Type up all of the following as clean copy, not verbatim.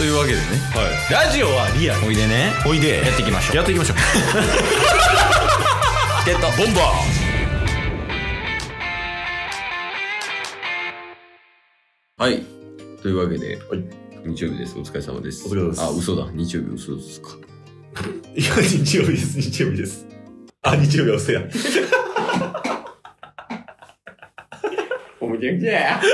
というわけでね、 ラジオはリアル。 おいでね、 おいでやっていきましょう。 やっていきましょう。 チケットボンバー。はい、というわけで、日曜日です。お疲れ様です。 お疲れ様です。 あ、嘘だ、日曜日嘘ですか。 いや、日曜日です、日曜日です。あ、日曜日は嘘や。 おむちゃくちゃや。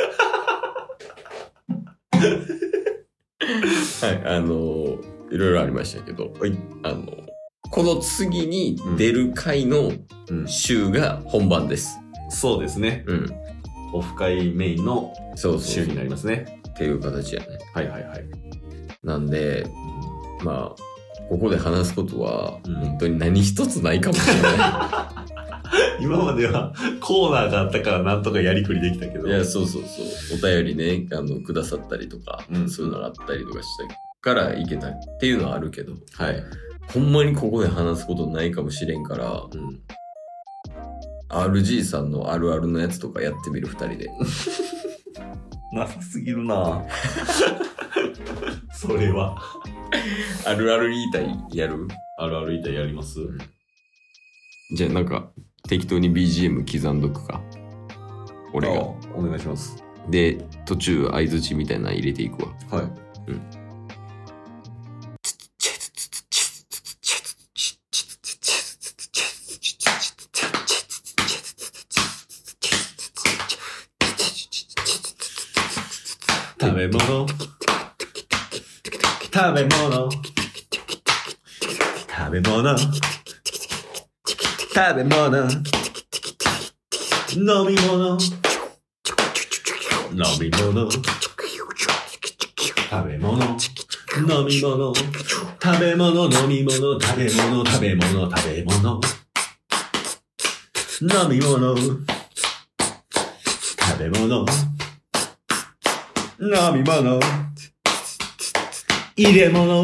はい、いろいろありましたけど、 はい、 この次に出る回の週が本番です。 そうですね。オフ会メインの週になりますね。 っていう形やね。 はいはいはい。 なんで、まあ、ここで話すことは、本当に何一つないかもしれない。 今まではコーナーがあったからなんとかやりくりできたけど。 いや、そう。お便りね、くださったりとか、そういうのがあったりとかしたからいけたっていうのはあるけど、 はい。 ほんまにここで話すことないかもしれんから、RG さんのあるあるのやつとかやってみる、二人で。 なさすぎるなそれは。 あるある言いたいやる？ あるある言いたいやります？ じゃあなんか、適当に BGM 刻んどくか。俺が。 お願いします。 で、途中相槌みたいなの入れていくわ。 はい。食べ物飲み物食べ物飲み物食べ物飲み物食べ物飲み物食べ物飲み物入れ物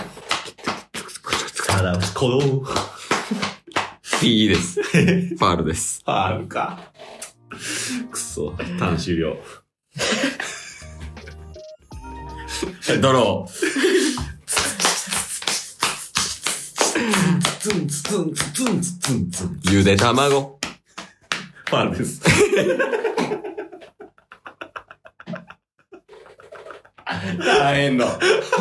皿このいいです。ファールです。 ファールか。くそ、ターン終了。 ドロー。ゆで卵。 ファールです。 大変だ。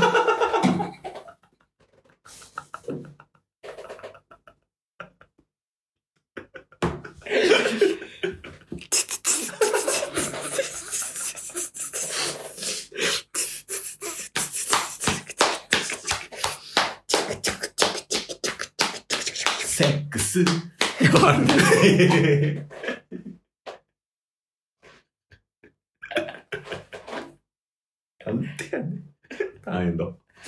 セックス。なんでやねん。大変だ。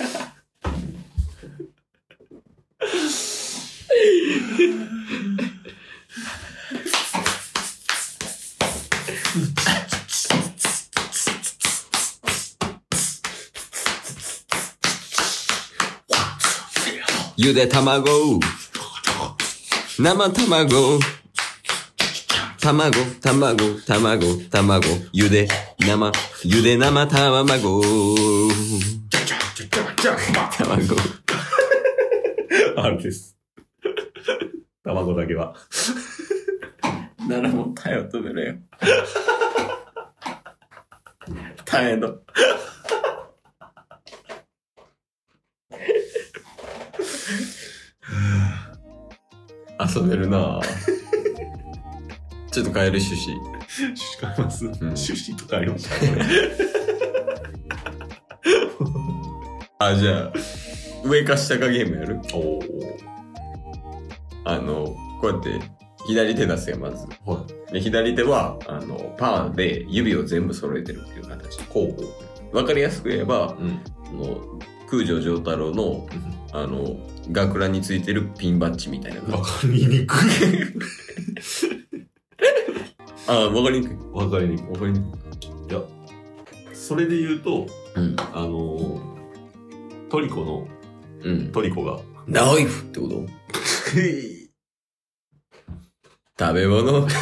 ゆで卵。生卵。卵。ゆで生卵。卵。 あるです。卵だけは。 ならもう耐えを止めろよ。耐えの。遊べるなぁ。ちょっと変える趣旨。 趣旨変えます、趣旨とかありましたね。 あ、じゃあ、上か下かゲームやる？ おー。 こうやって、左手出すよ、まず。 はい。 で、左手は、パーで指を全部揃えてるっていう形。 ほう。 わかりやすく言えば、空城城太郎の、学ランについてるピンバッジみたいな感じ。 わかりにくい。 あ、わかりにくい。 わかりにくい。いや、それで言うと、トリコの、トリコが。 ナイフってこと食べ物。飲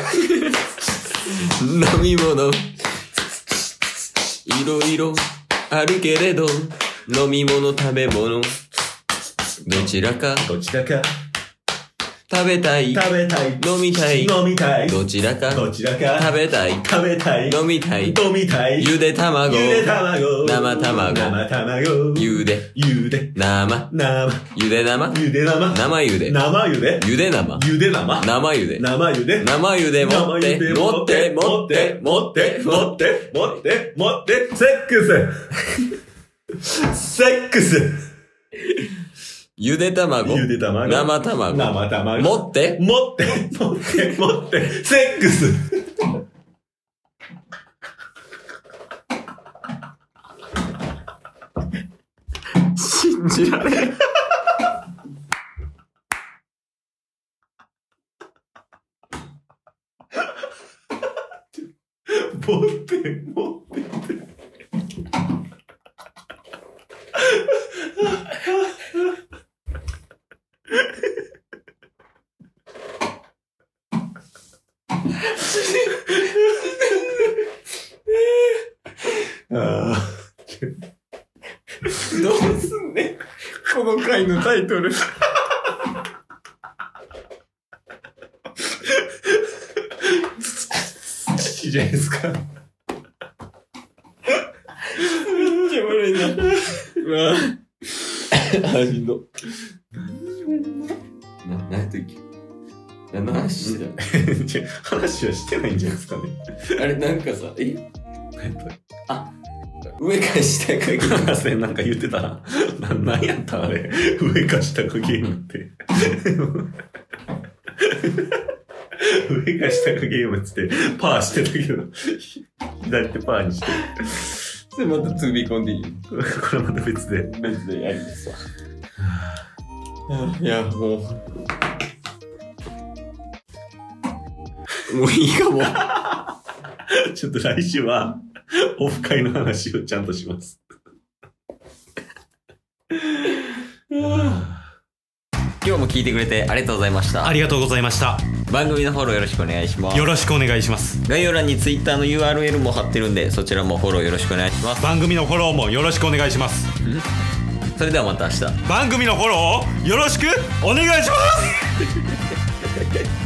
み物。いろいろあるけれど、 飲み物食べ物どちらかどちらか食べたい食べたい飲みたい飲みたいどちらかどちらか食べたい食べたい飲みたい飲みたいゆで卵ゆで卵生卵生卵ゆでゆで生生ゆで生ゆで生生ゆで生ゆでゆで生ゆで生生ゆで生ゆで生ゆで持って持って持って持って持って持って持ってセックスセックスゆで卵ゆで卵生卵生卵持って持って持って持ってセックス信じられん持って持ってどうすんねんこの回のタイトルいいじゃないですか。 めっちゃ悪いなうわあしんど何やったっけ何の話して話はしてないんじゃないですかね。 たあれなんかさ上か下かゲームせんなんか言ってたな。何やったあれ。上か下かゲームって。上か下かゲームっつってパーしてたけど、左手パーにして。 それまた積み込んでいいこれまた別でやりますわいやもういいかもちょっと来週はオフ会の話をちゃんとします今日も聞いてくれてありがとうございましたありがとうございました。 番組のフォローよろしくお願いしますよろしくお願いします。 概要欄に Twitter の URL も貼ってるんでそちらもフォローよろしくお願いします番組のフォローもよろしくお願いします。 それではまた明日番組のフォローをよろしくお願いします